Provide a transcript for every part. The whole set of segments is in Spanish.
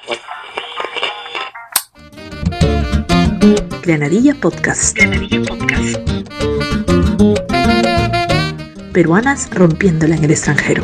Granadilla Podcast. Peruanas rompiéndola en el extranjero.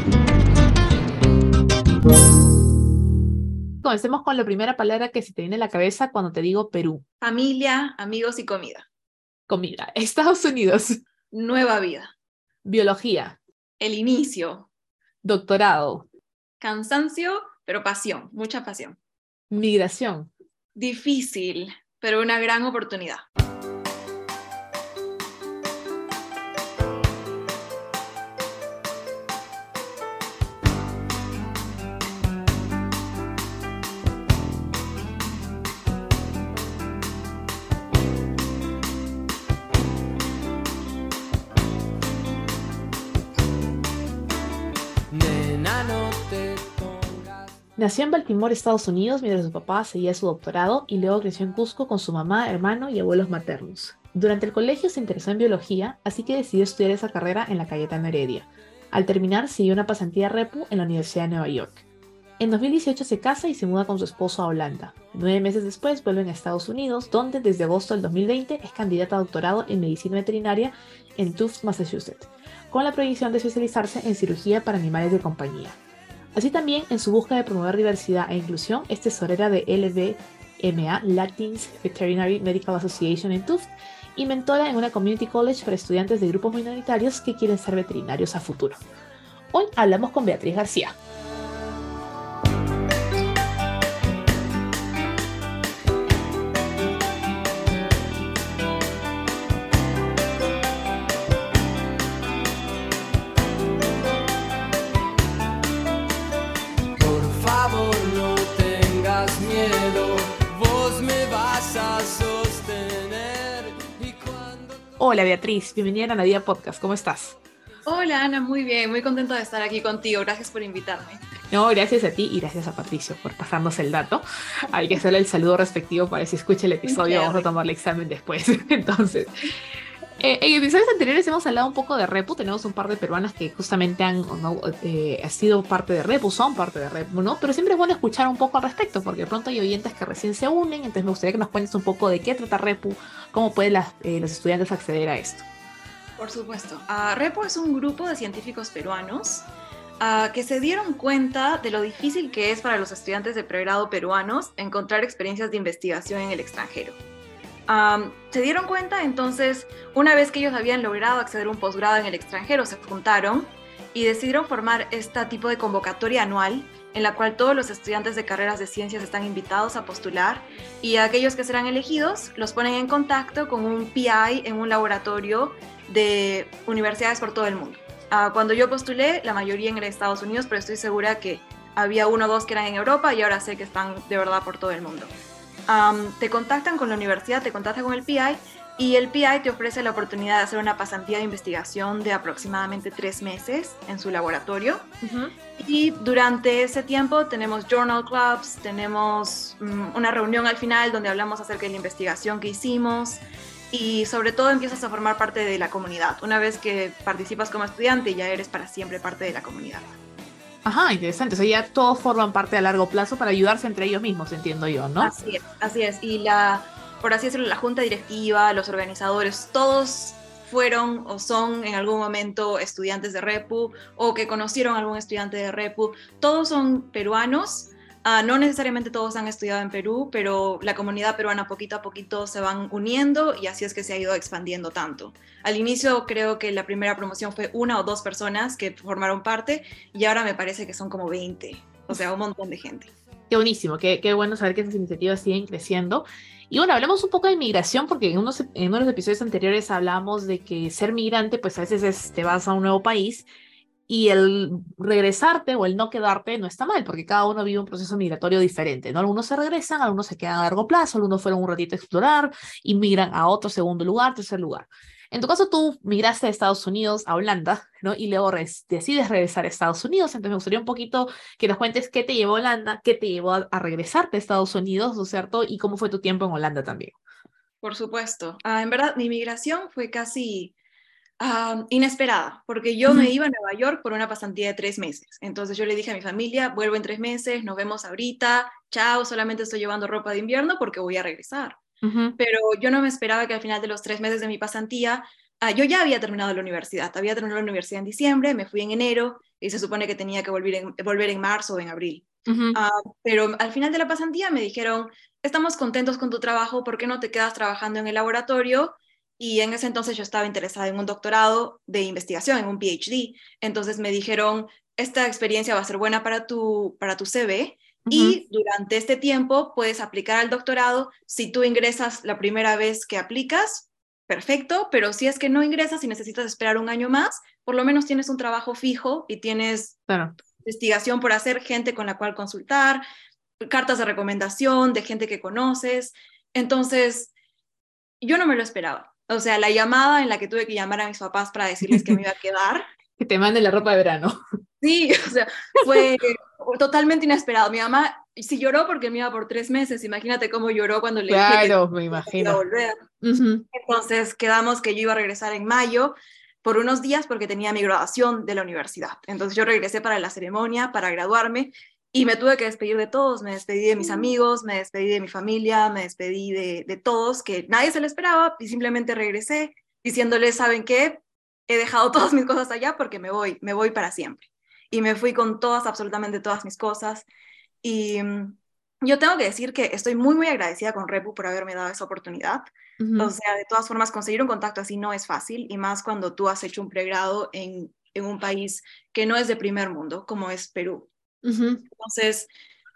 Comencemos con la primera palabra que se te viene a la cabeza cuando te digo Perú. Familia, amigos y comida. Comida. Estados Unidos. Nueva vida. Biología. El inicio. Doctorado. Cansancio, pero pasión, mucha pasión. Migración. Difícil, pero una gran oportunidad. Nació en Baltimore, Estados Unidos, mientras su papá seguía su doctorado y luego creció en Cusco con su mamá, hermano y abuelos maternos. Durante el colegio se interesó en biología, así que decidió estudiar esa carrera en la Cayetano Heredia. Al terminar, siguió una pasantía REPU en la Universidad de Nueva York. En 2018 se casa y se muda con su esposo a Holanda. 9 meses después vuelven a Estados Unidos, donde desde agosto del 2020 es candidata a doctorado en medicina veterinaria en Tufts, Massachusetts, con la proyección de especializarse en cirugía para animales de compañía. Así también, en su búsqueda de promover diversidad e inclusión, es tesorera de LVMA, Latins Veterinary Medical Association en Tufts, y mentora en una community college para estudiantes de grupos minoritarios que quieren ser veterinarios a futuro. Hoy hablamos con Beatriz García. Hola Beatriz, bienvenida a Granadilla Podcast, ¿cómo estás? Hola Ana, muy bien, muy contenta de estar aquí contigo, gracias por invitarme. No, gracias a ti y gracias a Patricio por pasarnos el dato. Hay que hacerle el saludo respectivo para que si escucha el episodio, vamos a tomar el examen después. Entonces, en episodios anteriores hemos hablado un poco de REPU, tenemos un par de peruanas que justamente han sido parte de REPU, son parte de REPU, ¿no? Pero siempre es bueno escuchar un poco al respecto, porque de pronto hay oyentes que recién se unen, entonces me gustaría que nos cuentes un poco de qué trata REPU, cómo pueden los estudiantes acceder a esto. Por supuesto. REPU es un grupo de científicos peruanos que se dieron cuenta de lo difícil que es para los estudiantes de pregrado peruanos encontrar experiencias de investigación en el extranjero. Se dieron cuenta, entonces, una vez que ellos habían logrado acceder a un posgrado en el extranjero, se juntaron y decidieron formar este tipo de convocatoria anual en la cual todos los estudiantes de carreras de ciencias están invitados a postular y aquellos que serán elegidos los ponen en contacto con un PI en un laboratorio de universidades por todo el mundo. Cuando yo postulé, la mayoría en Estados Unidos, pero estoy segura que había 1 o 2 que eran en Europa y ahora sé que están de verdad por todo el mundo. Te contactan con la universidad, te contactan con el PI y el PI te ofrece la oportunidad de hacer una pasantía de investigación de aproximadamente 3 meses en su laboratorio. Uh-huh. Y durante ese tiempo tenemos journal clubs, tenemos una reunión al final donde hablamos acerca de la investigación que hicimos y sobre todo empiezas a formar parte de la comunidad. Una vez que participas como estudiante ya eres para siempre parte de la comunidad. Ajá, interesante. O sea, ya todos forman parte a largo plazo para ayudarse entre ellos mismos, entiendo yo, ¿no? Así es. Y por así decirlo, la junta directiva, los organizadores, todos fueron o son en algún momento estudiantes de REPU o que conocieron a algún estudiante de REPU. Todos son peruanos. No necesariamente todos han estudiado en Perú, pero la comunidad peruana poquito a poquito se van uniendo y así es que se ha ido expandiendo tanto. Al inicio creo que la primera promoción fue 1 o 2 personas que formaron parte y ahora me parece que son como 20, o sea, un montón de gente. Qué buenísimo, qué bueno saber que esas iniciativas siguen creciendo. Y bueno, hablemos un poco de migración porque en uno de los episodios anteriores hablamos de que ser migrante pues a veces te vas a un nuevo país y el regresarte o el no quedarte no está mal, porque cada uno vive un proceso migratorio diferente, ¿no? Algunos se regresan, algunos se quedan a largo plazo, algunos fueron un ratito a explorar y migran a otro segundo lugar, tercer lugar. En tu caso, tú migraste de Estados Unidos a Holanda, ¿no? Y luego decides regresar a Estados Unidos, entonces me gustaría un poquito que nos cuentes qué te llevó a Holanda, qué te llevó a regresarte a Estados Unidos, ¿no es cierto? Y cómo fue tu tiempo en Holanda también. Por supuesto. En verdad, mi migración fue casi Inesperada, porque yo me iba a Nueva York por una pasantía de 3 meses. Entonces yo le dije a mi familia, vuelvo en 3 meses, nos vemos ahorita, chao, solamente estoy llevando ropa de invierno porque voy a regresar. Pero yo no me esperaba que al final de los 3 meses de mi pasantía, yo ya había terminado la universidad. Había terminado la universidad en diciembre, me fui en enero y se supone que tenía que volver en marzo o en abril. Pero al final de la pasantía me dijeron, estamos contentos con tu trabajo, ¿por qué no te quedas trabajando en el laboratorio? Y en ese entonces yo estaba interesada en un doctorado de investigación, en un PhD. Entonces me dijeron, esta experiencia va a ser buena para tu CV y durante este tiempo puedes aplicar al doctorado. Si tú ingresas la primera vez que aplicas, perfecto, pero si es que no ingresas y necesitas esperar un año más, por lo menos tienes un trabajo fijo y tienes investigación por hacer, gente con la cual consultar, cartas de recomendación de gente que conoces. Entonces, yo no me lo esperaba. O sea, la llamada en la que tuve que llamar a mis papás para decirles que me iba a quedar. Que te manden la ropa de verano. Sí, o sea, fue totalmente inesperado. Mi mamá sí lloró porque me iba por 3 meses. Imagínate cómo lloró cuando le dije que Claro, me iba imagino. a volver. Entonces quedamos que yo iba a regresar en mayo por unos días porque tenía mi graduación de la universidad. Entonces yo regresé para la ceremonia, para graduarme, y me tuve que despedir de todos. Me despedí de mis amigos, me despedí de mi familia, me despedí de todos, que nadie se lo esperaba, y simplemente regresé diciéndoles, ¿saben qué? He dejado todas mis cosas allá porque me voy para siempre. Y me fui con todas, absolutamente todas mis cosas. Y yo tengo que decir que estoy muy, muy agradecida con Repu por haberme dado esa oportunidad. O sea, de todas formas, conseguir un contacto así no es fácil, y más cuando tú has hecho un pregrado en un país que no es de primer mundo, como es Perú. Entonces,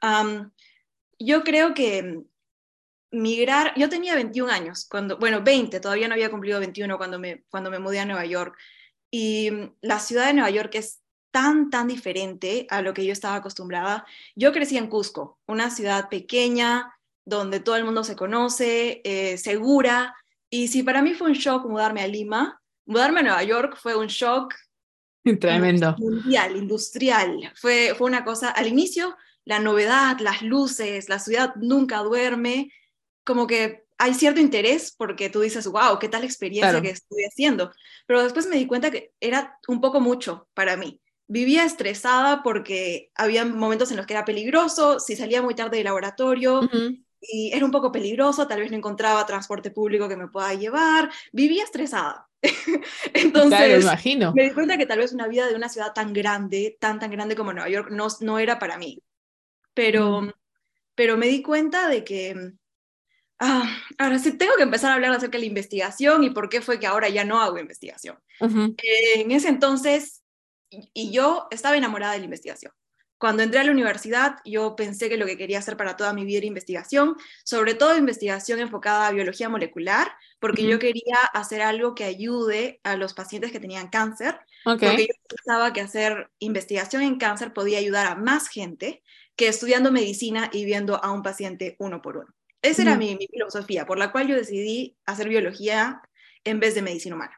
yo creo que migrar, yo tenía 21 años, bueno, 20, todavía no había cumplido 21 cuando me mudé a Nueva York. Y la ciudad de Nueva York es tan, tan diferente a lo que yo estaba acostumbrada. Yo crecí en Cusco, una ciudad pequeña, donde todo el mundo se conoce, segura. Y si para mí fue un shock mudarme a Lima, mudarme a Nueva York fue un shock Tremendo. mundial, industrial. Fue una cosa, al inicio, la novedad, las luces, la ciudad nunca duerme, como que hay cierto interés porque tú dices, wow, qué tal experiencia que estoy haciendo. Pero después me di cuenta que era un poco mucho para mí. Vivía estresada porque había momentos en los que era peligroso, si salía muy tarde del laboratorio, y era un poco peligroso, tal vez no encontraba transporte público que me pueda llevar, vivía estresada. Entonces, claro, imagino. me di cuenta que tal vez una vida de una ciudad tan grande, tan grande como Nueva York, no era para mí. Pero me di cuenta de que ahora sí tengo que empezar a hablar acerca de la investigación y por qué fue que ahora ya no hago investigación. En ese entonces, y yo estaba enamorada de la investigación. Cuando entré a la universidad, yo pensé que lo que quería hacer para toda mi vida era investigación, sobre todo investigación enfocada a biología molecular, porque yo quería hacer algo que ayude a los pacientes que tenían cáncer, porque yo pensaba que hacer investigación en cáncer podía ayudar a más gente que estudiando medicina y viendo a un paciente uno por uno. Esa era mi filosofía, por la cual yo decidí hacer biología en vez de medicina humana.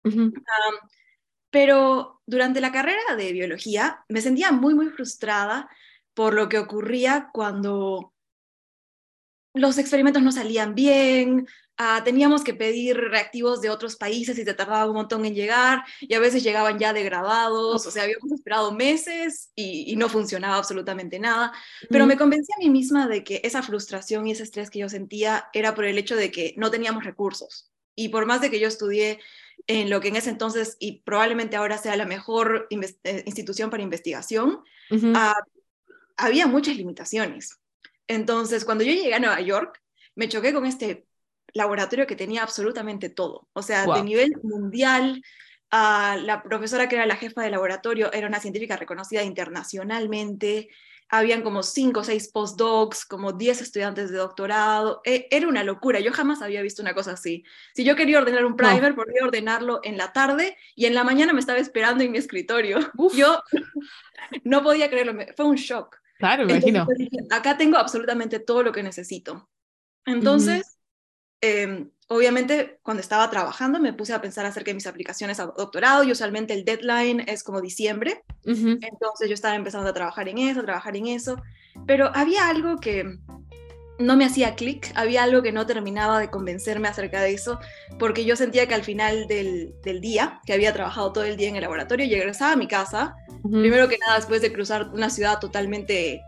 Pero durante la carrera de biología me sentía muy, muy frustrada por lo que ocurría cuando los experimentos no salían bien, teníamos que pedir reactivos de otros países y se tardaba un montón en llegar, y a veces llegaban ya degradados, o sea, habíamos esperado meses y no funcionaba absolutamente nada. Pero me convencí a mí misma de que esa frustración y ese estrés que yo sentía era por el hecho de que no teníamos recursos. Y por más de que yo estudié en lo que en ese entonces y probablemente ahora sea la mejor institución para investigación, había muchas limitaciones. Entonces, cuando yo llegué a Nueva York, me choqué con este laboratorio que tenía absolutamente todo. O sea, de nivel mundial, la profesora que era la jefa de laboratorio era una científica reconocida internacionalmente, habían como 5 o 6 postdocs, como 10 estudiantes de doctorado, era una locura, yo jamás había visto una cosa así. Si yo quería ordenar un primer, podía ordenarlo en la tarde, y en la mañana me estaba esperando en mi escritorio. Yo no podía creerlo, fue un shock. Claro, me imagino. Dije, acá tengo absolutamente todo lo que necesito. Entonces, obviamente, cuando estaba trabajando, me puse a pensar acerca de mis aplicaciones a doctorado, y usualmente el deadline es como diciembre. Entonces yo estaba empezando a trabajar en eso, pero había algo que no me hacía clic, había algo que no terminaba de convencerme acerca de eso, porque yo sentía que al final del día, que había trabajado todo el día en el laboratorio, y regresaba a mi casa, primero que nada, después de cruzar una ciudad totalmente...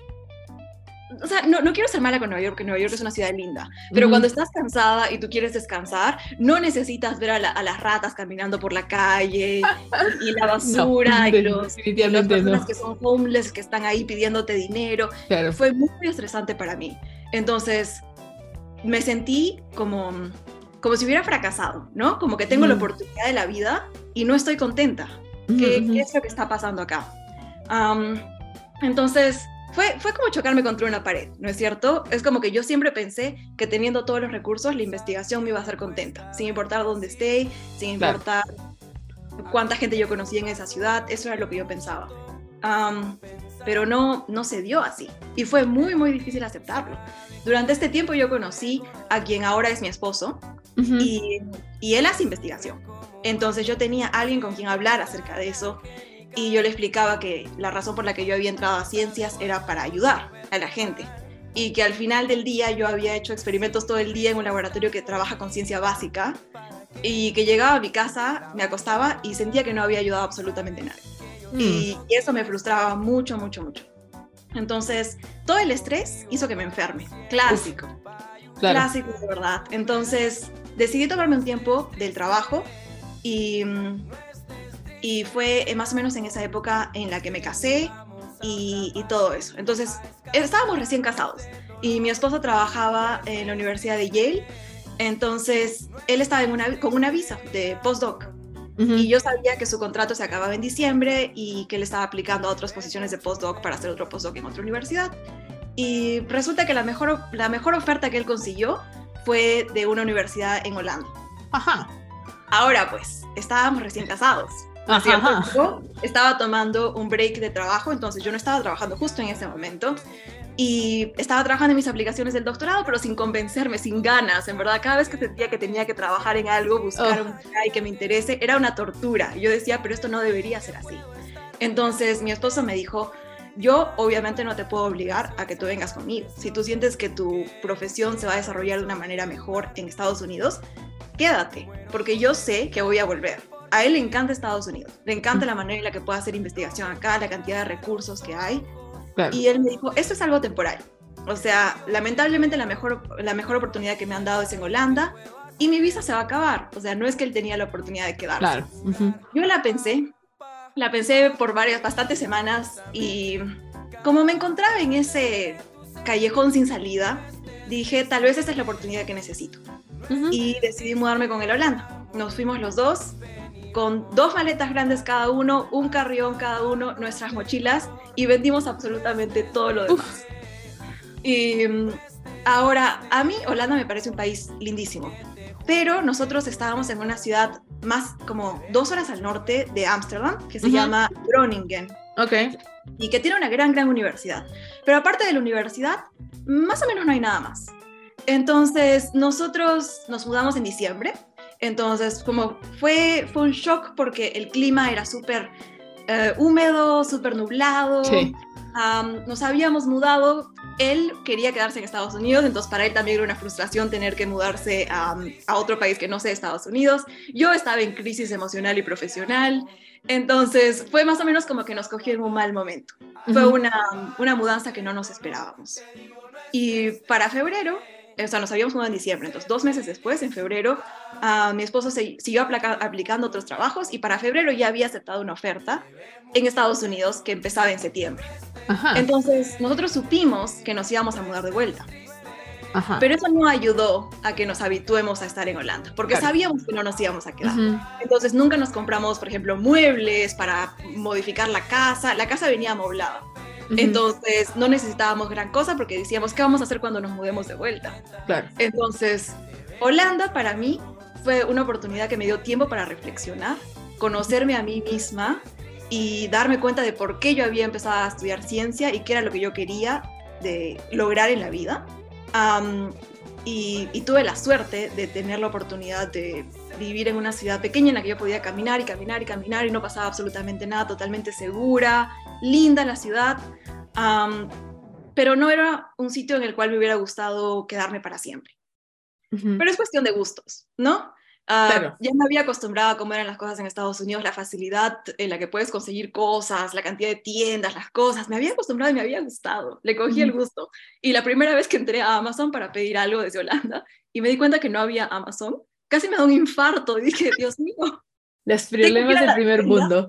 O sea, no quiero ser mala con Nueva York, porque Nueva York es una ciudad linda, pero cuando estás cansada y tú quieres descansar, no necesitas ver a las ratas caminando por la calle y la basura y las personas que son homeless que están ahí pidiéndote dinero. Claro. Fue muy estresante para mí. Entonces me sentí como si hubiera fracasado, ¿no? Como que tengo la oportunidad de la vida y no estoy contenta. ¿Qué es lo que está pasando acá? Entonces... Fue como chocarme contra una pared, ¿no es cierto? Es como que yo siempre pensé que teniendo todos los recursos, la investigación me iba a hacer contenta, sin importar dónde esté, sin importar cuánta gente yo conocía en esa ciudad, eso era lo que yo pensaba. Pero no se dio así, y fue muy, muy difícil aceptarlo. Durante este tiempo yo conocí a quien ahora es mi esposo, y él hace investigación. Entonces yo tenía a alguien con quien hablar acerca de eso, y yo le explicaba que la razón por la que yo había entrado a ciencias era para ayudar a la gente, y que al final del día yo había hecho experimentos todo el día en un laboratorio que trabaja con ciencia básica, y que llegaba a mi casa, me acostaba y sentía que no había ayudado absolutamente a nadie. Y eso me frustraba mucho, mucho, mucho. Entonces, todo el estrés hizo que me enferme. Clásico. Claro. Clásico, de verdad. Entonces, decidí tomarme un tiempo del trabajo y fue más o menos en esa época en la que me casé y todo eso. Entonces, estábamos recién casados y mi esposo trabajaba en la Universidad de Yale. Entonces, él estaba con una visa de postdoc. Y yo sabía que su contrato se acababa en diciembre y que él estaba aplicando a otras posiciones de postdoc para hacer otro postdoc en otra universidad. Y resulta que la mejor oferta que él consiguió fue de una universidad en Holanda. Ajá. Ahora pues, estábamos recién casados. Ajá. Yo estaba tomando un break de trabajo, entonces yo no estaba trabajando justo en ese momento. Y estaba trabajando en mis aplicaciones del doctorado, pero sin convencerme, sin ganas. En verdad, cada vez que sentía que tenía que trabajar en algo, buscar un guy que me interese, era una tortura. Y yo decía, pero esto no debería ser así. Entonces mi esposo me dijo, yo obviamente no te puedo obligar a que tú vengas conmigo. Si tú sientes que tu profesión se va a desarrollar de una manera mejor en Estados Unidos, quédate, porque yo sé que voy a volver. A él le encanta Estados Unidos, le encanta la manera en la que puede hacer investigación acá, la cantidad de recursos que hay. Claro. Y él me dijo, esto es algo temporal. O sea, lamentablemente la mejor oportunidad que me han dado es en Holanda y mi visa se va a acabar. O sea, no es que él tenía la oportunidad de quedarse. Claro. Yo la pensé por bastantes semanas y como me encontraba en ese callejón sin salida, dije, tal vez esta es la oportunidad que necesito. Y decidí mudarme con él a Holanda. Nos fuimos los dos, con 2 maletas grandes cada uno, un carrión cada uno, nuestras mochilas, y vendimos absolutamente todo lo demás. Y ahora, a mí Holanda me parece un país lindísimo, pero nosotros estábamos en una ciudad más como 2 horas al norte de Ámsterdam, que se llama Groningen. Okay. Y que tiene una gran universidad. Pero aparte de la universidad, más o menos no hay nada más. Entonces, nosotros nos mudamos en diciembre. Entonces, como fue un shock porque el clima era súper húmedo, súper nublado. Sí. Nos habíamos mudado, él quería quedarse en Estados Unidos, entonces para él también era una frustración tener que mudarse a otro país que no sea Estados Unidos. Yo estaba en crisis emocional y profesional, entonces fue más o menos como que nos cogió en un mal momento. Fue una mudanza que no nos esperábamos. Y para febrero, o sea, nos habíamos mudado en diciembre, entonces 2 meses después, en febrero, mi esposo siguió aplicando otros trabajos y para febrero ya había aceptado una oferta en Estados Unidos que empezaba en septiembre. Ajá. Entonces nosotros supimos que nos íbamos a mudar de vuelta. Ajá. Pero eso no ayudó a que nos habituemos a estar en Holanda, porque claro, sabíamos que no nos íbamos a quedar. Entonces nunca nos compramos, por ejemplo, muebles para modificar la casa venía amoblada. Entonces no necesitábamos gran cosa porque decíamos, ¿qué vamos a hacer cuando nos mudemos de vuelta? Claro. Entonces, Holanda para mí fue una oportunidad que me dio tiempo para reflexionar, conocerme a mí misma y darme cuenta de por qué yo había empezado a estudiar ciencia y qué era lo que yo quería de lograr en la vida. Y tuve la suerte de tener la oportunidad de vivir en una ciudad pequeña en la que yo podía caminar y no pasaba absolutamente nada, totalmente segura, linda la ciudad. pero no era un sitio en el cual me hubiera gustado quedarme para siempre. Pero es cuestión de gustos, ¿no? Claro. Ya me había acostumbrado a cómo eran las cosas en Estados Unidos, la facilidad en la que puedes conseguir cosas, la cantidad de tiendas, las cosas. Me había acostumbrado y me había gustado. Le cogí el gusto. Y la primera vez que entré a Amazon para pedir algo desde Holanda y me di cuenta que no había Amazon, casi me da un infarto. Y dije, Dios mío, Los tengo que ir problemas a del la primer tienda, mundo.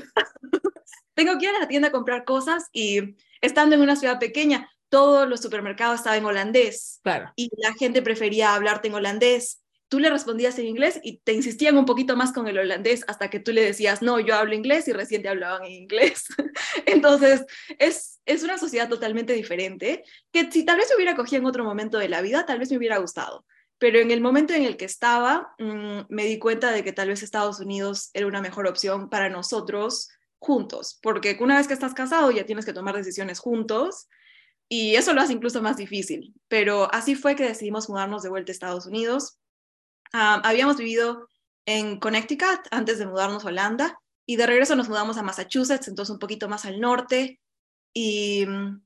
tengo que ir a la tienda a comprar cosas y estando en una ciudad pequeña, todos los supermercados estaban en holandés Claro. y la gente prefería hablarte en holandés. Tú le respondías en inglés y te insistían un poquito más con el holandés hasta que tú le decías, no, yo hablo inglés y recién te hablaban en inglés. Entonces, es una sociedad totalmente diferente que si tal vez hubiera cogido en otro momento de la vida, tal vez me hubiera gustado. Pero en el momento en el que estaba, me di cuenta de que tal vez Estados Unidos era una mejor opción para nosotros juntos, porque una vez que estás casado ya tienes que tomar decisiones juntos y eso lo hace incluso más difícil. Pero así fue que decidimos mudarnos de vuelta a Estados Unidos. Habíamos vivido en Connecticut antes de mudarnos a Holanda y de regreso nos mudamos a Massachusetts, entonces un poquito más al norte y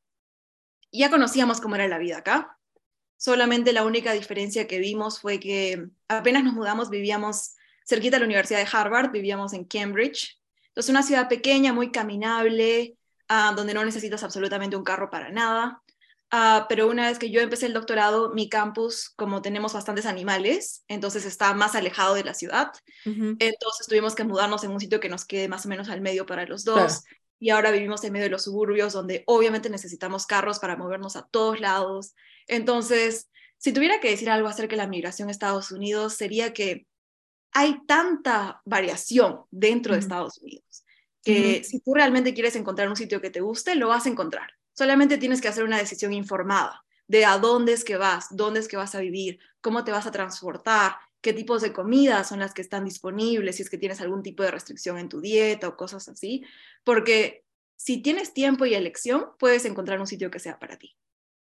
ya conocíamos cómo era la vida acá. Solamente la única diferencia que vimos fue que apenas nos mudamos vivíamos cerquita de la Universidad de Harvard, vivíamos en Cambridge. Entonces una ciudad pequeña, muy caminable, donde no necesitas absolutamente un carro para nada. Pero una vez que yo empecé el doctorado, mi campus, como tenemos bastantes animales, entonces está más alejado de la ciudad. Entonces tuvimos que mudarnos en un sitio que nos quede más o menos al medio para los dos. Claro. Y ahora vivimos en medio de los suburbios, donde obviamente necesitamos carros para movernos a todos lados. Entonces, si tuviera que decir algo acerca de la migración a Estados Unidos, sería que hay tanta variación dentro de Estados Unidos que si tú realmente quieres encontrar un sitio que te guste, lo vas a encontrar. Solamente tienes que hacer una decisión informada de a dónde es que vas, dónde es que vas a vivir, cómo te vas a transportar, qué tipos de comidas son las que están disponibles, si es que tienes algún tipo de restricción en tu dieta o cosas así, porque si tienes tiempo y elección, puedes encontrar un sitio que sea para ti.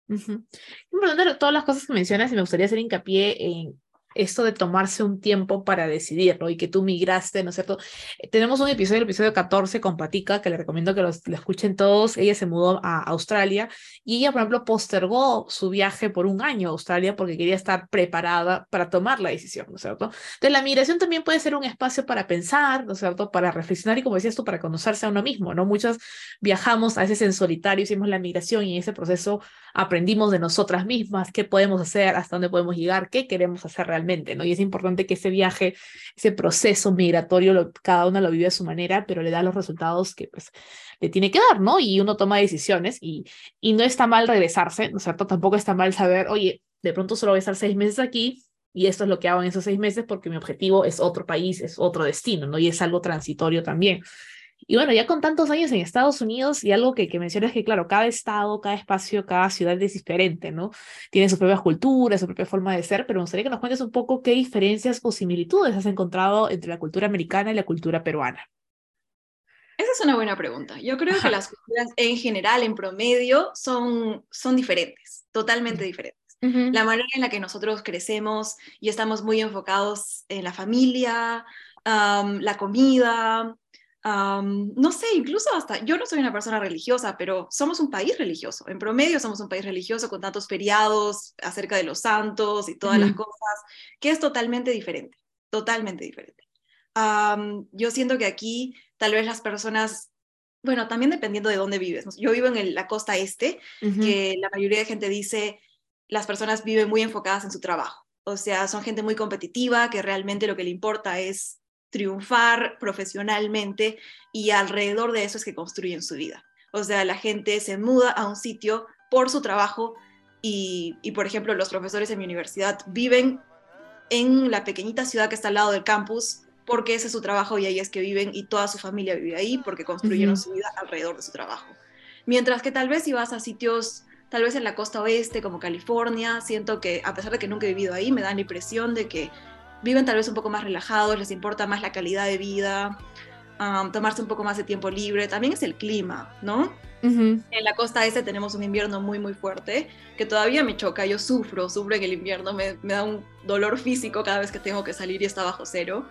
Importante todas las cosas que mencionas y me gustaría hacer hincapié en esto de tomarse un tiempo para decidir, ¿no? Y que tú migraste, ¿no es cierto? Tenemos un episodio, el episodio 14 con Patica, que le recomiendo que lo escuchen todos. Ella se mudó a Australia y ella, por ejemplo, postergó su viaje por un año a Australia porque quería estar preparada para tomar la decisión, ¿no es cierto? Entonces, la migración también puede ser un espacio para pensar, ¿no es cierto? Para reflexionar y, como decías tú, para conocerse a uno mismo, ¿no? Muchos viajamos a veces en solitario, hicimos la migración y en ese proceso aprendimos de nosotras mismas, qué podemos hacer, hasta dónde podemos llegar, qué queremos hacer realmente, ¿no? Y es importante que ese viaje, ese proceso migratorio, cada uno lo vive a su manera, pero le da los resultados que pues le tiene que dar, ¿no? Y uno toma decisiones y no está mal regresarse, ¿no es cierto? Tampoco está mal saber, oye, de pronto solo voy a estar 6 meses aquí y esto es lo que hago en esos 6 meses porque mi objetivo es otro país, es otro destino, ¿no? Y es algo transitorio también. Y bueno, ya con tantos años en Estados Unidos, y algo que mencionas es que, claro, cada estado, cada espacio, cada ciudad es diferente, ¿no? Tiene sus propias culturas, su propia forma de ser, pero me gustaría que nos cuentes un poco qué diferencias o similitudes has encontrado entre la cultura americana y la cultura peruana. Esa es una buena pregunta. Yo creo que Ajá. las culturas en general, en promedio, son diferentes, totalmente diferentes. Ujú. La manera en la que nosotros crecemos y estamos muy enfocados en la familia, la comida, no sé, incluso hasta, yo no soy una persona religiosa, pero somos un país religioso. En promedio somos un país religioso con tantos feriados acerca de los santos y todas las Ujú. cosas, que es totalmente diferente, totalmente diferente. Yo siento que aquí tal vez las personas, bueno, también dependiendo de dónde vives, ¿no? Yo vivo en la costa este, Ujú. que la mayoría de gente dice las personas viven muy enfocadas en su trabajo. O sea, son gente muy competitiva, que realmente lo que le importa es triunfar profesionalmente y alrededor de eso es que construyen su vida. O sea, la gente se muda a un sitio por su trabajo por ejemplo, los profesores en mi universidad viven en la pequeñita ciudad que está al lado del campus porque ese es su trabajo y ahí es que viven y toda su familia vive ahí porque construyeron Ujú. su vida alrededor de su trabajo. Mientras que tal vez si vas a sitios, tal vez en la costa oeste como California, siento que a pesar de que nunca he vivido ahí, me da la impresión de que viven tal vez un poco más relajados, les importa más la calidad de vida, tomarse un poco más de tiempo libre, también es el clima, ¿no? Ujú. En la costa este tenemos un invierno muy, muy fuerte, que todavía me choca, yo sufro en el invierno, me da un dolor físico cada vez que tengo que salir y está bajo cero,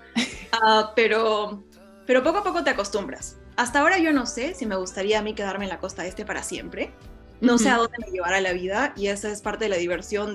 pero poco a poco te acostumbras. Hasta ahora yo no sé si me gustaría a mí quedarme en la costa este para siempre, no sé a dónde me llevará la vida, y esa es parte de la diversión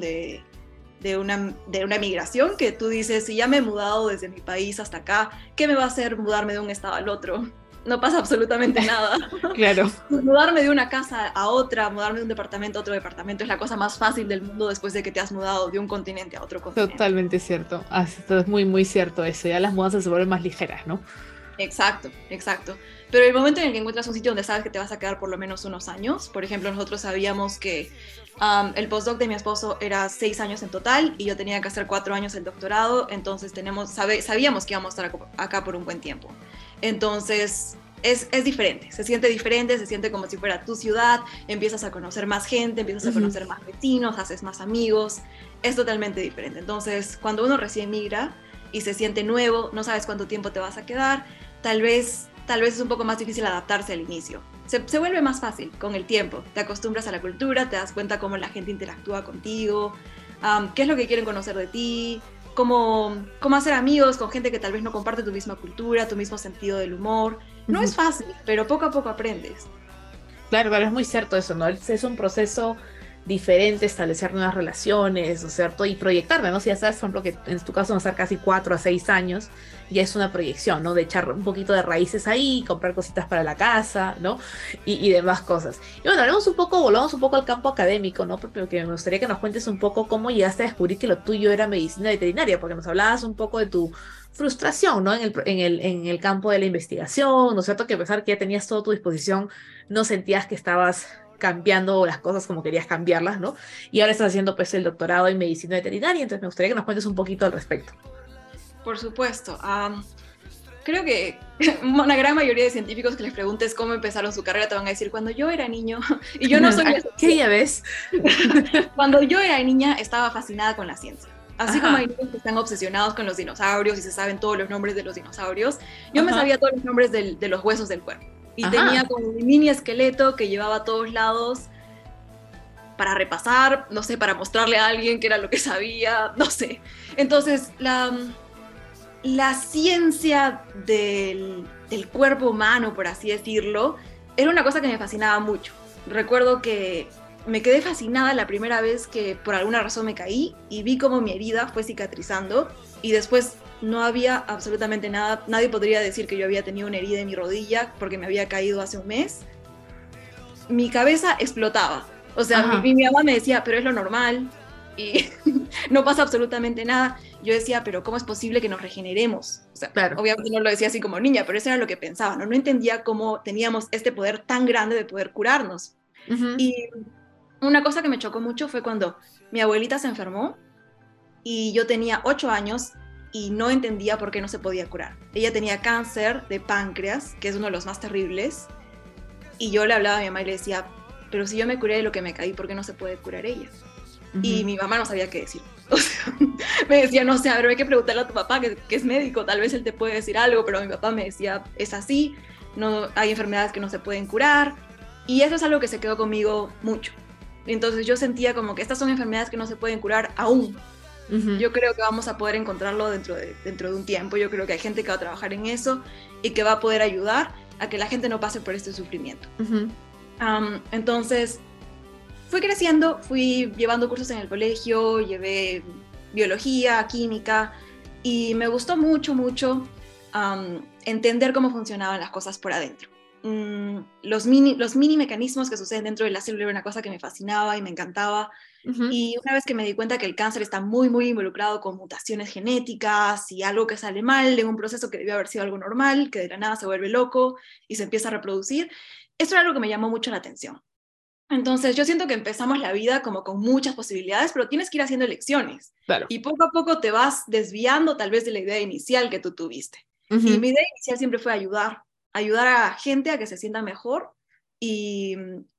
de una migración, que tú dices, si ya me he mudado desde mi país hasta acá, ¿qué me va a hacer mudarme de un estado al otro? No pasa absolutamente nada. Claro. Mudarme de una casa a otra, mudarme de un departamento a otro departamento es la cosa más fácil del mundo después de que te has mudado de un continente a otro continente. Totalmente cierto. Es muy, muy cierto eso. Ya las mudanzas se vuelven más ligeras, ¿no? Exacto, exacto. Pero el momento en el que encuentras un sitio donde sabes que te vas a quedar por lo menos unos años, por ejemplo, nosotros sabíamos que el postdoc de mi esposo era 6 años en total y yo tenía que hacer 4 años el doctorado, entonces sabíamos que íbamos a estar acá por un buen tiempo. Entonces es diferente, se siente como si fuera tu ciudad, empiezas a conocer más gente, empiezas a conocer más vecinos, haces más amigos, es totalmente diferente. Entonces, cuando uno recién migra y se siente nuevo, no sabes cuánto tiempo te vas a quedar, tal vez es un poco más difícil adaptarse al inicio. Se vuelve más fácil con el tiempo, te acostumbras a la cultura, te das cuenta cómo la gente interactúa contigo, qué es lo que quieren conocer de ti, cómo hacer amigos con gente que tal vez no comparte tu misma cultura, tu mismo sentido del humor. No es fácil, pero poco a poco aprendes. Claro, es muy cierto eso, ¿no? Es un proceso diferente, establecer nuevas relaciones, ¿no es cierto? Y proyectarme, ¿no? Si ya sabes, por ejemplo, que en tu caso van a ser casi 4 a 6 años, ya es una proyección, ¿no? De echar un poquito de raíces ahí, comprar cositas para la casa, ¿no? Y demás cosas. Y bueno, volvamos un poco al campo académico, ¿no? Porque me gustaría que nos cuentes un poco cómo llegaste a descubrir que lo tuyo era medicina veterinaria, porque nos hablabas un poco de tu frustración, ¿no? En el campo de la investigación, ¿no es cierto? Que a pesar que ya tenías todo a tu disposición, no sentías que estabas cambiando las cosas como querías cambiarlas, ¿no? Y ahora estás haciendo pues el doctorado en medicina veterinaria, entonces me gustaría que nos cuentes un poquito al respecto. Por supuesto. Creo que una gran mayoría de científicos que les preguntes cómo empezaron su carrera te van a decir, cuando yo era niño, y yo no soy... ¿Qué ya ves? Cuando yo era niña estaba fascinada con la ciencia. Así como hay niños que están obsesionados con los dinosaurios y se saben todos los nombres de los dinosaurios, yo me sabía todos los nombres de los huesos del cuerpo. Y tenía como un mini esqueleto que llevaba a todos lados para repasar, no sé, para mostrarle a alguien qué era lo que sabía, no sé. Entonces, la ciencia del cuerpo humano, por así decirlo, era una cosa que me fascinaba mucho. Recuerdo que me quedé fascinada la primera vez que por alguna razón me caí y vi cómo mi herida fue cicatrizando y después no había absolutamente nada. Nadie podría decir que yo había tenido una herida en mi rodilla porque me había caído hace un mes. Mi cabeza explotaba. O sea, mi mamá me decía, pero es lo normal y no pasa absolutamente nada. Yo decía, pero ¿cómo es posible que nos regeneremos? O sea, obviamente no lo decía así como niña, pero eso era lo que pensaba, ¿no? No entendía cómo teníamos este poder tan grande de poder curarnos. Y una cosa que me chocó mucho fue cuando mi abuelita se enfermó y yo tenía 8 años y no entendía por qué no se podía curar. Ella tenía cáncer de páncreas, que es uno de los más terribles, y yo le hablaba a mi mamá y le decía, pero si yo me curé de lo que me caí, ¿por qué no se puede curar ella? Y mi mamá no sabía qué decir. O sea, me decía, no sé, a ver, hay que preguntarle a tu papá, que es médico, tal vez él te puede decir algo, pero mi papá me decía, es así, no, hay enfermedades que no se pueden curar, y eso es algo que se quedó conmigo mucho. Entonces yo sentía como que estas son enfermedades que no se pueden curar aún. Yo creo que vamos a poder encontrarlo dentro de un tiempo. Yo creo que hay gente que va a trabajar en eso y que va a poder ayudar a que la gente no pase por este sufrimiento. Entonces fui creciendo, fui llevando cursos en el colegio, llevé biología, química, y me gustó mucho entender cómo funcionaban las cosas por adentro. Los mini mecanismos que suceden dentro de la célula era una cosa que me fascinaba y me encantaba. Y una vez que me di cuenta que el cáncer está muy involucrado con mutaciones genéticas y algo que sale mal en un proceso que debió haber sido algo normal, que de la nada se vuelve loco y se empieza a reproducir, esto era algo que me llamó mucho la atención. Entonces yo siento que empezamos la vida como con muchas posibilidades, pero tienes que ir haciendo elecciones. Claro. Y poco a poco te vas desviando tal vez de la idea inicial que tú tuviste. Y mi idea inicial siempre fue ayudar a gente a que se sienta mejor y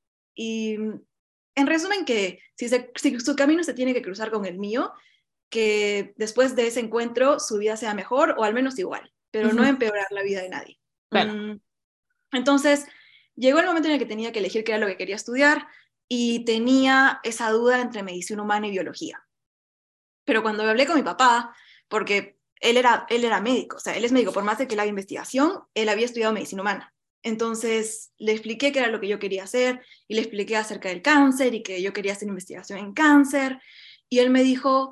en resumen que si su camino se tiene que cruzar con el mío, que después de ese encuentro su vida sea mejor o al menos igual, pero no empeorar la vida de nadie. Claro. Entonces llegó el momento en el que tenía que elegir qué era lo que quería estudiar y tenía esa duda entre medicina humana y biología. Pero cuando hablé con mi papá, porque él era médico, o sea, él es médico, por más de que él haga investigación, él había estudiado medicina humana. Entonces le expliqué qué era lo que yo quería hacer y le expliqué acerca del cáncer y que yo quería hacer investigación en cáncer. Y él me dijo,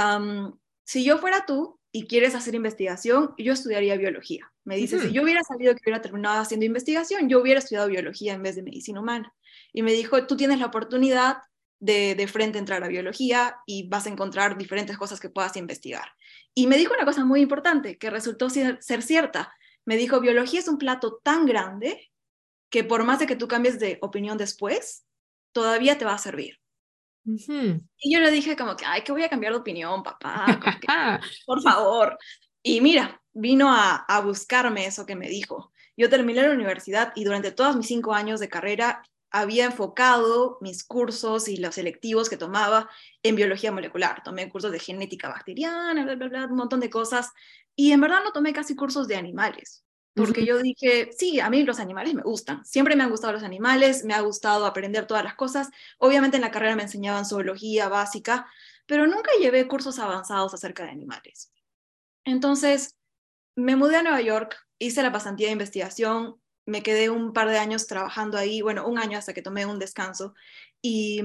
si yo fuera tú y quieres hacer investigación, yo estudiaría biología. Me dice, si yo hubiera sabido que hubiera terminado haciendo investigación, yo hubiera estudiado biología en vez de medicina humana. Y me dijo, tú tienes la oportunidad de frente entrar a biología y vas a encontrar diferentes cosas que puedas investigar. Y me dijo una cosa muy importante que resultó ser cierta. Me dijo, biología es un plato tan grande que por más de que tú cambies de opinión después, todavía te va a servir. Y yo le dije como que, ay, que voy a cambiar de opinión, papá, como que, por favor. Y mira, vino a buscarme eso que me dijo. Yo terminé la universidad y durante todos mis 5 años de carrera había enfocado mis cursos y los selectivos que tomaba en biología molecular. Tomé cursos de genética bacteriana, bla, bla, bla, un montón de cosas. Y en verdad no tomé casi cursos de animales. Porque yo dije, sí, a mí los animales me gustan. Siempre me han gustado los animales, me ha gustado aprender todas las cosas. Obviamente en la carrera me enseñaban zoología básica, pero nunca llevé cursos avanzados acerca de animales. Entonces, me mudé a Nueva York, hice la pasantía de investigación, me quedé un par de años trabajando ahí, bueno, 1 año hasta que tomé un descanso, y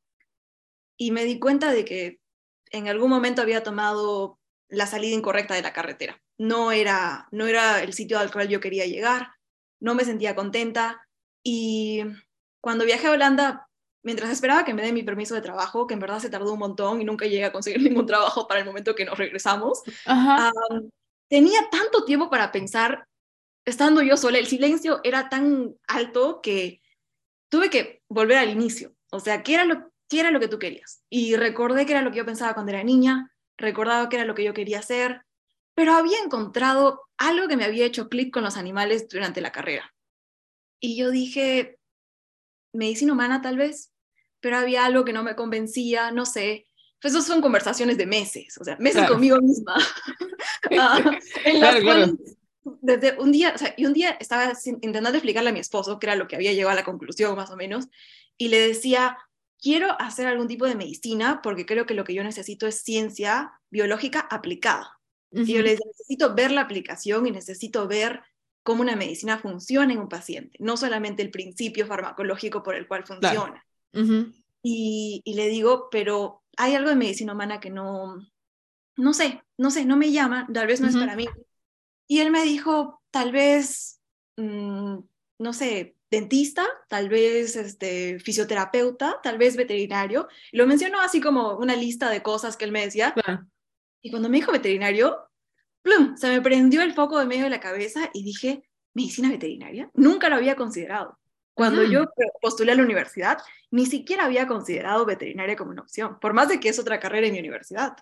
me di cuenta de que en algún momento había tomado la salida incorrecta de la carretera. No era el sitio al cual yo quería llegar, no me sentía contenta, y cuando viajé a Holanda, mientras esperaba que me den mi permiso de trabajo, que en verdad se tardó un montón y nunca llegué a conseguir ningún trabajo para el momento que nos regresamos, tenía tanto tiempo para pensar, estando yo sola, el silencio era tan alto que tuve que volver al inicio. O sea, ¿qué era lo que tú querías? Y recordé que era lo que yo pensaba cuando era niña, recordaba que era lo que yo quería hacer, pero había encontrado algo que me había hecho clic con los animales durante la carrera. Y yo dije, medicina humana tal vez, pero había algo que no me convencía, no sé. Pues esas son conversaciones de meses, o sea, meses conmigo misma, en las cuales desde un día, o sea, y un día estaba intentando explicarle a mi esposo, que era lo que había llegado a la conclusión más o menos, y le decía, quiero hacer algún tipo de medicina porque creo que lo que yo necesito es ciencia biológica aplicada. Y yo le decía, necesito ver la aplicación y necesito ver cómo una medicina funciona en un paciente, no solamente el principio farmacológico por el cual funciona. Y le digo, pero hay algo de medicina humana que no sé, no me llama, tal vez no es para mí. Y él me dijo, tal vez, no sé, dentista, tal vez fisioterapeuta, tal vez veterinario. Y lo mencionó así como una lista de cosas que él me decía. Y cuando me dijo veterinario, ¡plum!, se me prendió el foco de medio de la cabeza y dije, ¿medicina veterinaria? Nunca lo había considerado. Cuando yo postulé a la universidad, ni siquiera había considerado veterinaria como una opción, por más de que es otra carrera en mi universidad.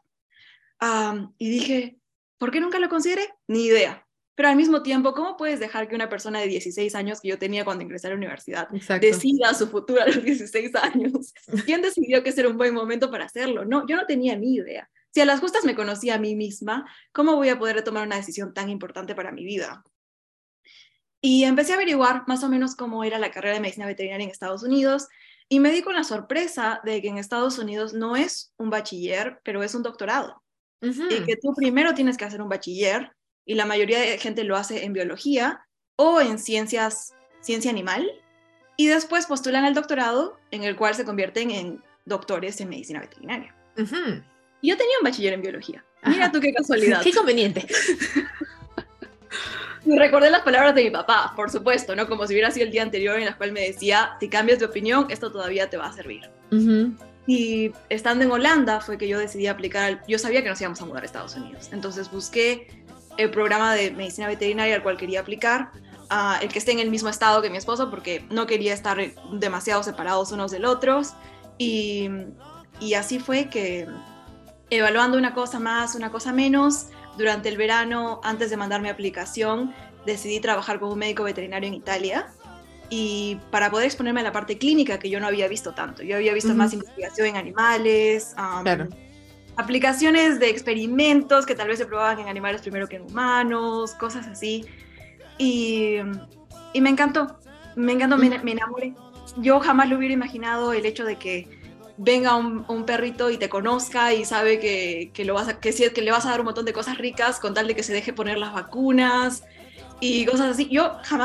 Y dije, ¿por qué nunca lo consideré? Ni idea. Pero al mismo tiempo, ¿cómo puedes dejar que una persona de 16 años que yo tenía cuando ingresé a la universidad decida su futuro a los 16 años? ¿Quién decidió que ese era un buen momento para hacerlo? No, yo no tenía ni idea. Si a las justas me conocía a mí misma, ¿cómo voy a poder tomar una decisión tan importante para mi vida? Y empecé a averiguar más o menos cómo era la carrera de medicina veterinaria en Estados Unidos y me di con la sorpresa de que en Estados Unidos no es un bachiller, pero es un doctorado. Y que tú primero tienes que hacer un bachiller, y la mayoría de gente lo hace en biología o en ciencia animal, y después postulan al doctorado, en el cual se convierten en doctores en medicina veterinaria. Y yo tenía un bachiller en biología. Mira tú qué casualidad. Qué conveniente. Y recordé las palabras de mi papá, por supuesto, ¿no? Como si hubiera sido el día anterior en el cual me decía, si cambias de opinión, esto todavía te va a servir. Y estando en Holanda fue que yo decidí aplicar, yo sabía que nos íbamos a mudar a Estados Unidos, entonces busqué el programa de medicina veterinaria al cual quería aplicar, el que esté en el mismo estado que mi esposo, porque no quería estar demasiado separados unos del otros, y así fue que, evaluando una cosa más, una cosa menos, durante el verano, antes de mandar mi aplicación, decidí trabajar como un médico veterinario en Italia, y para poder exponerme a la parte clínica que yo no había visto tanto. Yo había visto más investigación en animales, aplicaciones de experimentos que tal vez se probaban en animales primero que en humanos, cosas así. Y me encantó, me enamoré. Yo jamás lo hubiera imaginado el hecho de que venga un perrito y te conozca y sabe que le vas a dar un montón de cosas ricas con tal de que se deje poner las vacunas y cosas así. Yo jamás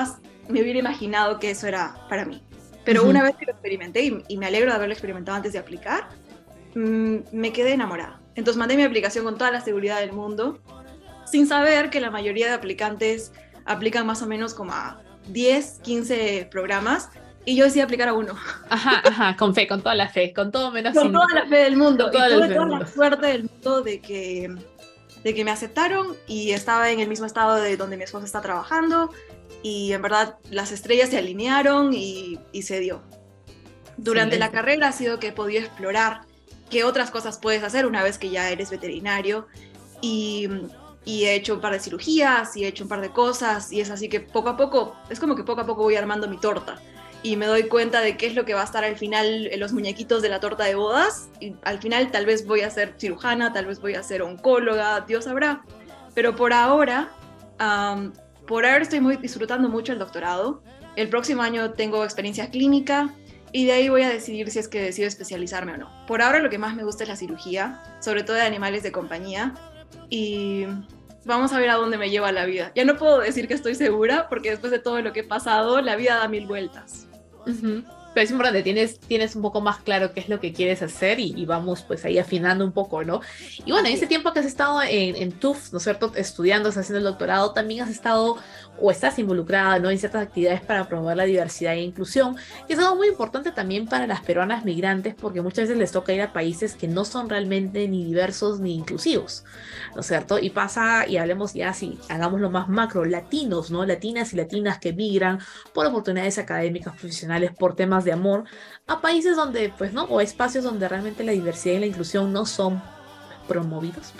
me hubiera imaginado que eso era para mí. Pero una vez que lo experimenté, y me alegro de haberlo experimentado antes de aplicar, me quedé enamorada. Entonces mandé mi aplicación con toda la seguridad del mundo, sin saber que la mayoría de aplicantes aplican más o menos como a 10, 15 programas, y yo decidí aplicar a uno. Ajá, con fe, con toda la fe, con todo menos Con sin... toda la fe del mundo. Con toda Y la tuve fe toda del la mundo. suerte del mundo de que me aceptaron y estaba en el mismo estado de donde mi esposo está trabajando, y en verdad las estrellas se alinearon y se dio. Durante la carrera ha sido que he podido explorar qué otras cosas puedes hacer una vez que ya eres veterinario, y he hecho un par de cirugías y he hecho un par de cosas, y es así que poco a poco, es como que poco a poco voy armando mi torta y me doy cuenta de qué es lo que va a estar al final en los muñequitos de la torta de bodas, y al final tal vez voy a ser cirujana, tal vez voy a ser oncóloga, Dios sabrá, pero por ahora estoy disfrutando mucho el doctorado. El próximo año tengo experiencia clínica y de ahí voy a decidir si es que decido especializarme o no. Por ahora lo que más me gusta es la cirugía, sobre todo de animales de compañía, y vamos a ver a dónde me lleva la vida. Ya no puedo decir que estoy segura porque después de todo lo que he pasado, la vida da 1000 vueltas. Pero es importante, tienes un poco más claro qué es lo que quieres hacer y vamos pues ahí afinando un poco, ¿no? Y bueno, en ese tiempo que has estado en Tufts, ¿no es cierto?, estudiando, haciendo el doctorado, también has estado o estás involucrada, ¿no?, en ciertas actividades para promover la diversidad e inclusión, que es algo muy importante también para las peruanas migrantes, porque muchas veces les toca ir a países que no son realmente ni diversos ni inclusivos, ¿no es cierto? Y pasa, y hablemos ya, si hagamos lo más macro, latinos, ¿no?, latinas y latinas que migran por oportunidades académicas, profesionales, por temas de amor, a países donde, pues, ¿no?, o espacios donde realmente la diversidad y la inclusión no son promovidos,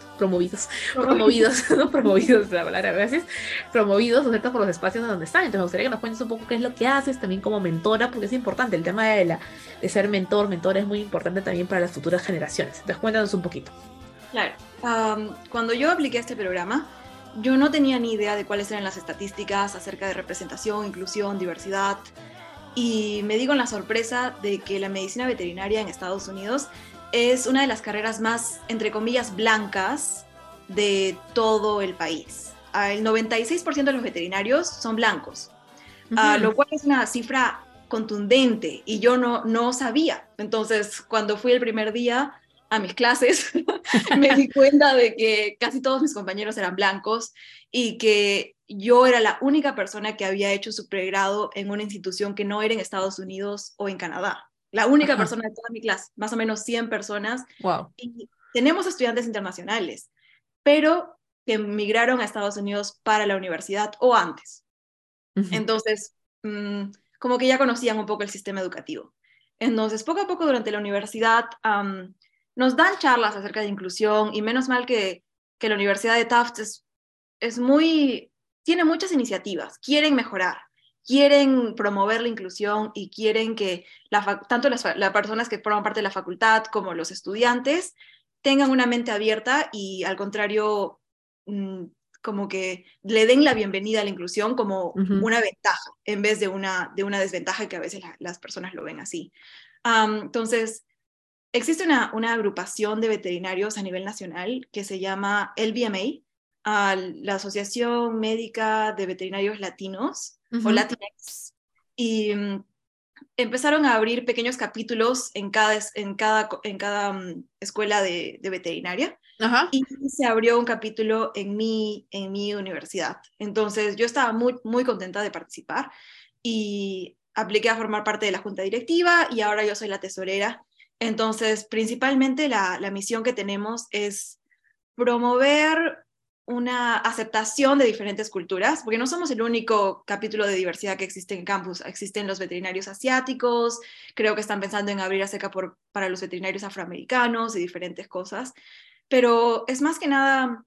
no promovidos, la palabra, gracias, promovidos, ¿no es cierto?, por los espacios donde están. Entonces me gustaría que nos cuentes un poco qué es lo que haces también como mentora, porque es importante, el tema de ser mentora es muy importante también para las futuras generaciones. Entonces cuéntanos un poquito. Claro, cuando yo apliqué este programa, yo no tenía ni idea de cuáles eran las estadísticas acerca de representación, inclusión, diversidad, y me di con la sorpresa de que la medicina veterinaria en Estados Unidos es una de las carreras más, entre comillas, blancas de todo el país. El 96% de los veterinarios son blancos, lo cual es una cifra contundente y yo no sabía. Entonces, cuando fui el primer día a mis clases, me di cuenta de que casi todos mis compañeros eran blancos y que yo era la única persona que había hecho su pregrado en una institución que no era en Estados Unidos o en Canadá. La única persona de toda mi clase, más o menos 100 personas. Wow. Y tenemos estudiantes internacionales, pero que migraron a Estados Unidos para la universidad o antes. Entonces, como que ya conocían un poco el sistema educativo. Entonces, poco a poco durante la universidad nos dan charlas acerca de inclusión, y menos mal que la Universidad de Tufts tiene muchas iniciativas, quieren mejorar, quieren promover la inclusión y quieren que tanto las personas que forman parte de la facultad como los estudiantes tengan una mente abierta y al contrario, como que le den la bienvenida a la inclusión como una ventaja en vez de una desventaja, que a veces las personas lo ven así. Entonces, existe una agrupación de veterinarios a nivel nacional que se llama LVMA, la Asociación Médica de Veterinarios Latinos, o Latinx, y empezaron a abrir pequeños capítulos en cada escuela de veterinaria. Y se abrió un capítulo en mi universidad. Entonces yo estaba muy, muy contenta de participar y apliqué a formar parte de la junta directiva y ahora yo soy la tesorera. Entonces, principalmente la misión que tenemos es promover una aceptación de diferentes culturas, porque no somos el único capítulo de diversidad que existe en campus. Existen los veterinarios asiáticos, creo que están pensando en abrir ASECA para los veterinarios afroamericanos y diferentes cosas, pero es más que nada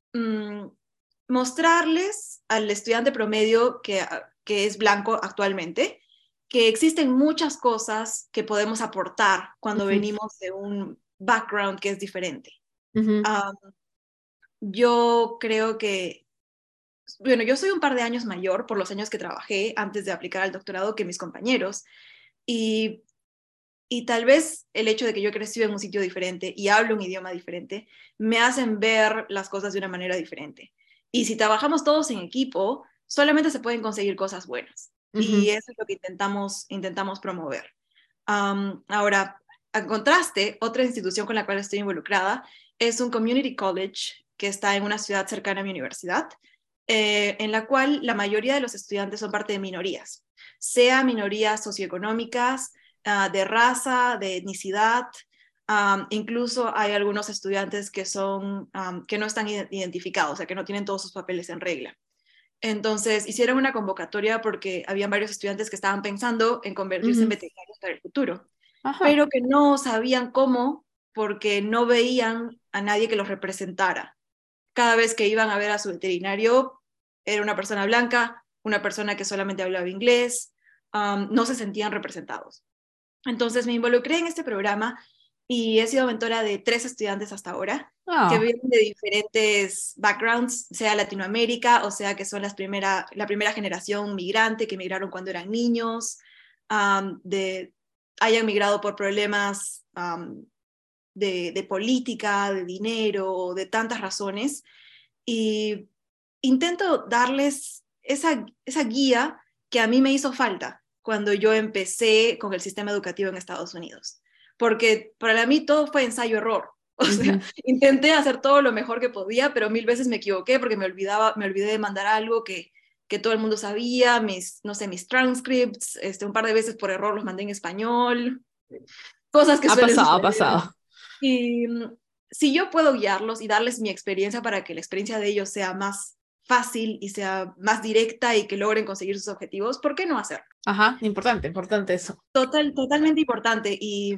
mostrarles al estudiante promedio que es blanco actualmente, que existen muchas cosas que podemos aportar cuando venimos de un background que es diferente. Yo creo que, bueno, yo soy un par de años mayor por los años que trabajé antes de aplicar al doctorado que mis compañeros, y tal vez el hecho de que yo he crecido en un sitio diferente y hablo un idioma diferente me hacen ver las cosas de una manera diferente. Y si trabajamos todos en equipo, solamente se pueden conseguir cosas buenas. Y eso es lo que intentamos promover. Ahora, a contraste, otra institución con la cual estoy involucrada es un community college que está en una ciudad cercana a mi universidad, en la cual la mayoría de los estudiantes son parte de minorías, sea minorías socioeconómicas, de raza, de etnicidad. Incluso hay algunos estudiantes que no están identificados, o sea, que no tienen todos sus papeles en regla. Entonces hicieron una convocatoria porque habían varios estudiantes que estaban pensando en convertirse en veterinarios para el futuro, pero que no sabían cómo porque no veían a nadie que los representara. Cada vez que iban a ver a su veterinario, era una persona blanca, una persona que solamente hablaba inglés, no se sentían representados. Entonces me involucré en este programa y he sido mentora de 3 estudiantes hasta ahora, que vienen de diferentes backgrounds, sea Latinoamérica, o sea que son la primera generación migrante que migraron cuando eran niños, hayan migrado por problemas de política, de dinero, de tantas razones, y intento darles esa guía que a mí me hizo falta cuando yo empecé con el sistema educativo en Estados Unidos. Porque para mí todo fue ensayo-error. O sea, intenté hacer todo lo mejor que podía, pero 1000 veces me equivoqué porque me olvidé de mandar algo que todo el mundo sabía, mis transcripts, un par de veces por error los mandé en español, cosas que suelen suceder. Ha pasado. Y si yo puedo guiarlos y darles mi experiencia para que la experiencia de ellos sea más fácil y sea más directa y que logren conseguir sus objetivos, ¿por qué no hacerlo? Importante eso. Totalmente importante, y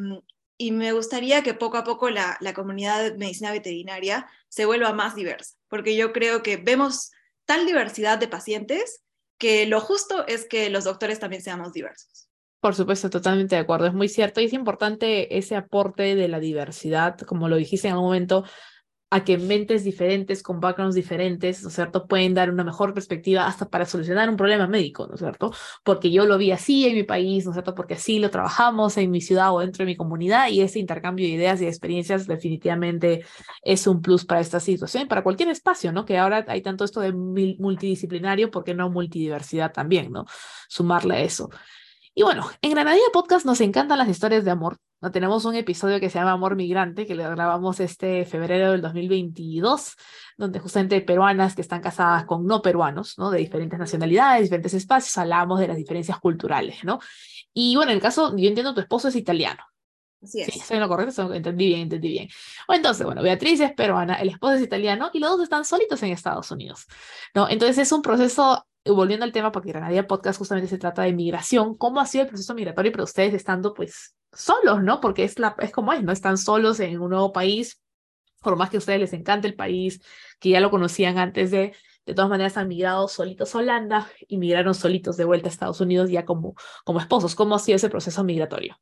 me gustaría que poco a poco la comunidad de medicina veterinaria se vuelva más diversa, porque yo creo que vemos tal diversidad de pacientes que lo justo es que los doctores también seamos diversos. Por supuesto, totalmente de acuerdo, es muy cierto y es importante ese aporte de la diversidad, como lo dijiste en algún momento, a que mentes diferentes, con backgrounds diferentes, ¿no es cierto?, pueden dar una mejor perspectiva hasta para solucionar un problema médico, ¿no es cierto?, porque yo lo vi así en mi país, ¿no es cierto?, porque así lo trabajamos en mi ciudad o dentro de mi comunidad, y ese intercambio de ideas y de experiencias definitivamente es un plus para esta situación, para cualquier espacio, ¿no?, que ahora hay tanto esto de multidisciplinario, ¿por qué no multidiversidad también, ¿no?, sumarle a eso. Y bueno, en Granadilla Podcast nos encantan las historias de amor, ¿no? Tenemos un episodio que se llama Amor Migrante, que lo grabamos febrero del 2022, donde justamente peruanas que están casadas con no peruanos, ¿no?, de diferentes nacionalidades, diferentes espacios, hablamos de las diferencias culturales, ¿no? Y bueno, en el caso, yo entiendo tu esposo es italiano. Así es. Sí, ¿estoy en lo correcto? Entendí bien. Entonces, bueno, Beatriz es peruana, el esposo es italiano y los dos están solitos en Estados Unidos, ¿no? Entonces es un proceso, volviendo al tema, porque Granadilla Podcast justamente se trata de migración. ¿Cómo ha sido el proceso migratorio para ustedes estando, pues, solos, ¿no? Porque es como es, ¿no? Están solos en un nuevo país, por más que a ustedes les encante el país, que ya lo conocían antes de todas maneras han migrado solitos a Holanda y migraron solitos de vuelta a Estados Unidos ya como esposos. ¿Cómo ha sido ese proceso migratorio?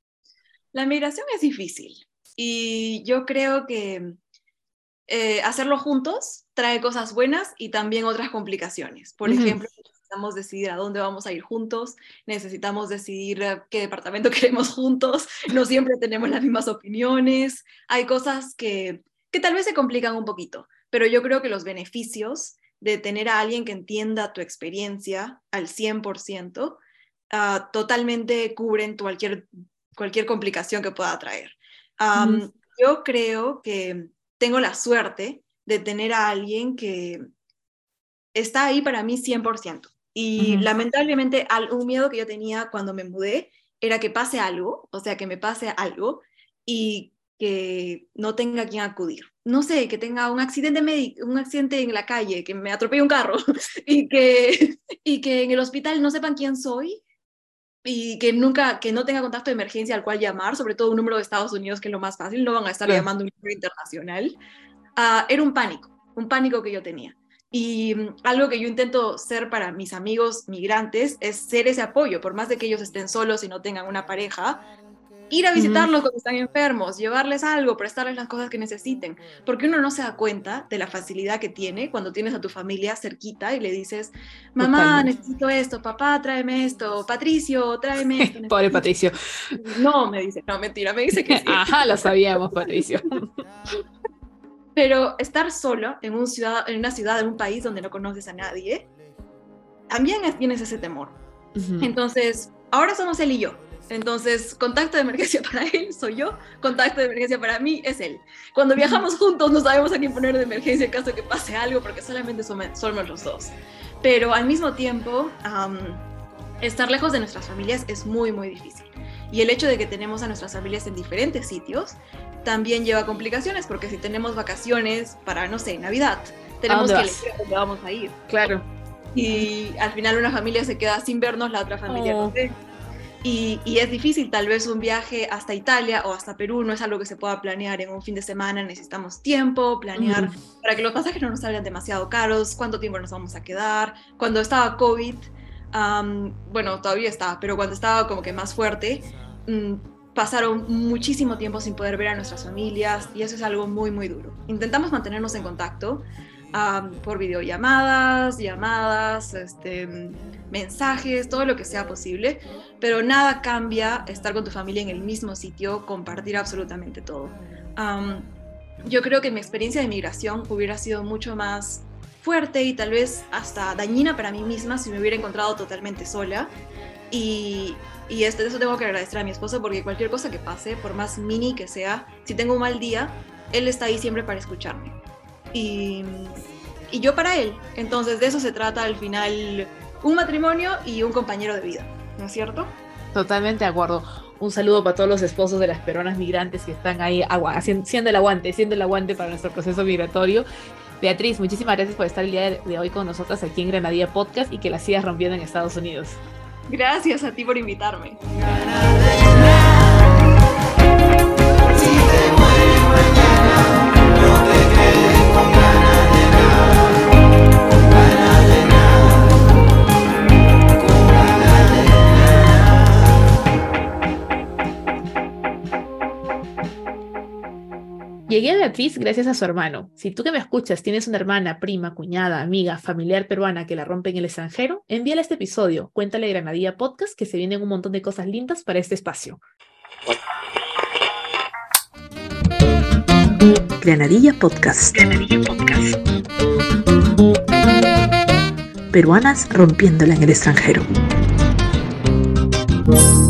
La migración es difícil y yo creo que hacerlo juntos trae cosas buenas y también otras complicaciones. Por ejemplo, necesitamos decidir a dónde vamos a ir juntos, necesitamos decidir qué departamento queremos juntos, no siempre tenemos las mismas opiniones, hay cosas que tal vez se complican un poquito, pero yo creo que los beneficios de tener a alguien que entienda tu experiencia al 100%, totalmente cubren cualquier complicación que pueda traer. Yo creo que tengo la suerte de tener a alguien que está ahí para mí 100%. Y lamentablemente un miedo que yo tenía cuando me mudé era que pase algo, o sea, que me pase algo y que no tenga a quien acudir. No sé, que tenga un accidente en la calle, que me atropelle un carro y que en el hospital no sepan quién soy y que no tenga contacto de emergencia al cual llamar, sobre todo un número de Estados Unidos, que es lo más fácil, no van a estar llamando un número internacional. Era un pánico que yo tenía. Y algo que yo intento ser para mis amigos migrantes es ser ese apoyo, por más de que ellos estén solos y no tengan una pareja, ir a visitarlos cuando están enfermos, llevarles algo, prestarles las cosas que necesiten, porque uno no se da cuenta de la facilidad que tiene cuando tienes a tu familia cerquita y le dices, mamá, necesito esto, papá, tráeme esto, Patricio, tráeme esto. Pobre Patricio. No, me dice, no, mentira, me dice que sí. Ajá, lo sabíamos, Patricio. Pero estar solo en una ciudad, en un país donde no conoces a nadie, también tienes ese temor. Ujú. Entonces, ahora somos él y yo. Entonces, contacto de emergencia para él soy yo, contacto de emergencia para mí es él. Cuando viajamos juntos no sabemos a quién poner de emergencia en caso de que pase algo, porque solamente somos los dos. Pero al mismo tiempo, estar lejos de nuestras familias es muy, muy difícil. Y el hecho de que tenemos a nuestras familias en diferentes sitios también lleva complicaciones, porque si tenemos vacaciones para, no sé, Navidad, tenemos que elegir a dónde vamos a ir. Claro. Y al final una familia se queda sin vernos, la otra familia no ve. Y es difícil, tal vez un viaje hasta Italia o hasta Perú no es algo que se pueda planear en un fin de semana, necesitamos tiempo, planear para que los pasajes no nos salgan demasiado caros, cuánto tiempo nos vamos a quedar. Cuando estaba COVID, bueno, todavía está, pero cuando estaba como que más fuerte, pasaron muchísimo tiempo sin poder ver a nuestras familias y eso es algo muy, muy duro. Intentamos mantenernos en contacto por videollamadas, llamadas, mensajes, todo lo que sea posible, pero nada cambia estar con tu familia en el mismo sitio, compartir absolutamente todo. Yo creo que mi experiencia de migración hubiera sido mucho más fuerte y tal vez hasta dañina para mí misma si me hubiera encontrado totalmente sola. Y eso tengo que agradecer a mi esposo, porque cualquier cosa que pase, por más mini que sea, si tengo un mal día, él está ahí siempre para escucharme. Y yo para él. Entonces de eso se trata al final un matrimonio y un compañero de vida, ¿no es cierto? Totalmente de acuerdo. Un saludo para todos los esposos de las peruanas migrantes que están ahí siendo el aguante para nuestro proceso migratorio. Beatriz, muchísimas gracias por estar el día de hoy con nosotras aquí en Granadilla Podcast y que la sigas rompiendo en Estados Unidos. Gracias a ti por invitarme. Llegué a Beatriz gracias a su hermano. Si tú que me escuchas tienes una hermana, prima, cuñada, amiga, familiar peruana que la rompe en el extranjero, envíale este episodio. Cuéntale Granadilla Podcast que se vienen un montón de cosas lindas para este espacio. Granadilla Podcast. Peruanas rompiéndola en el extranjero.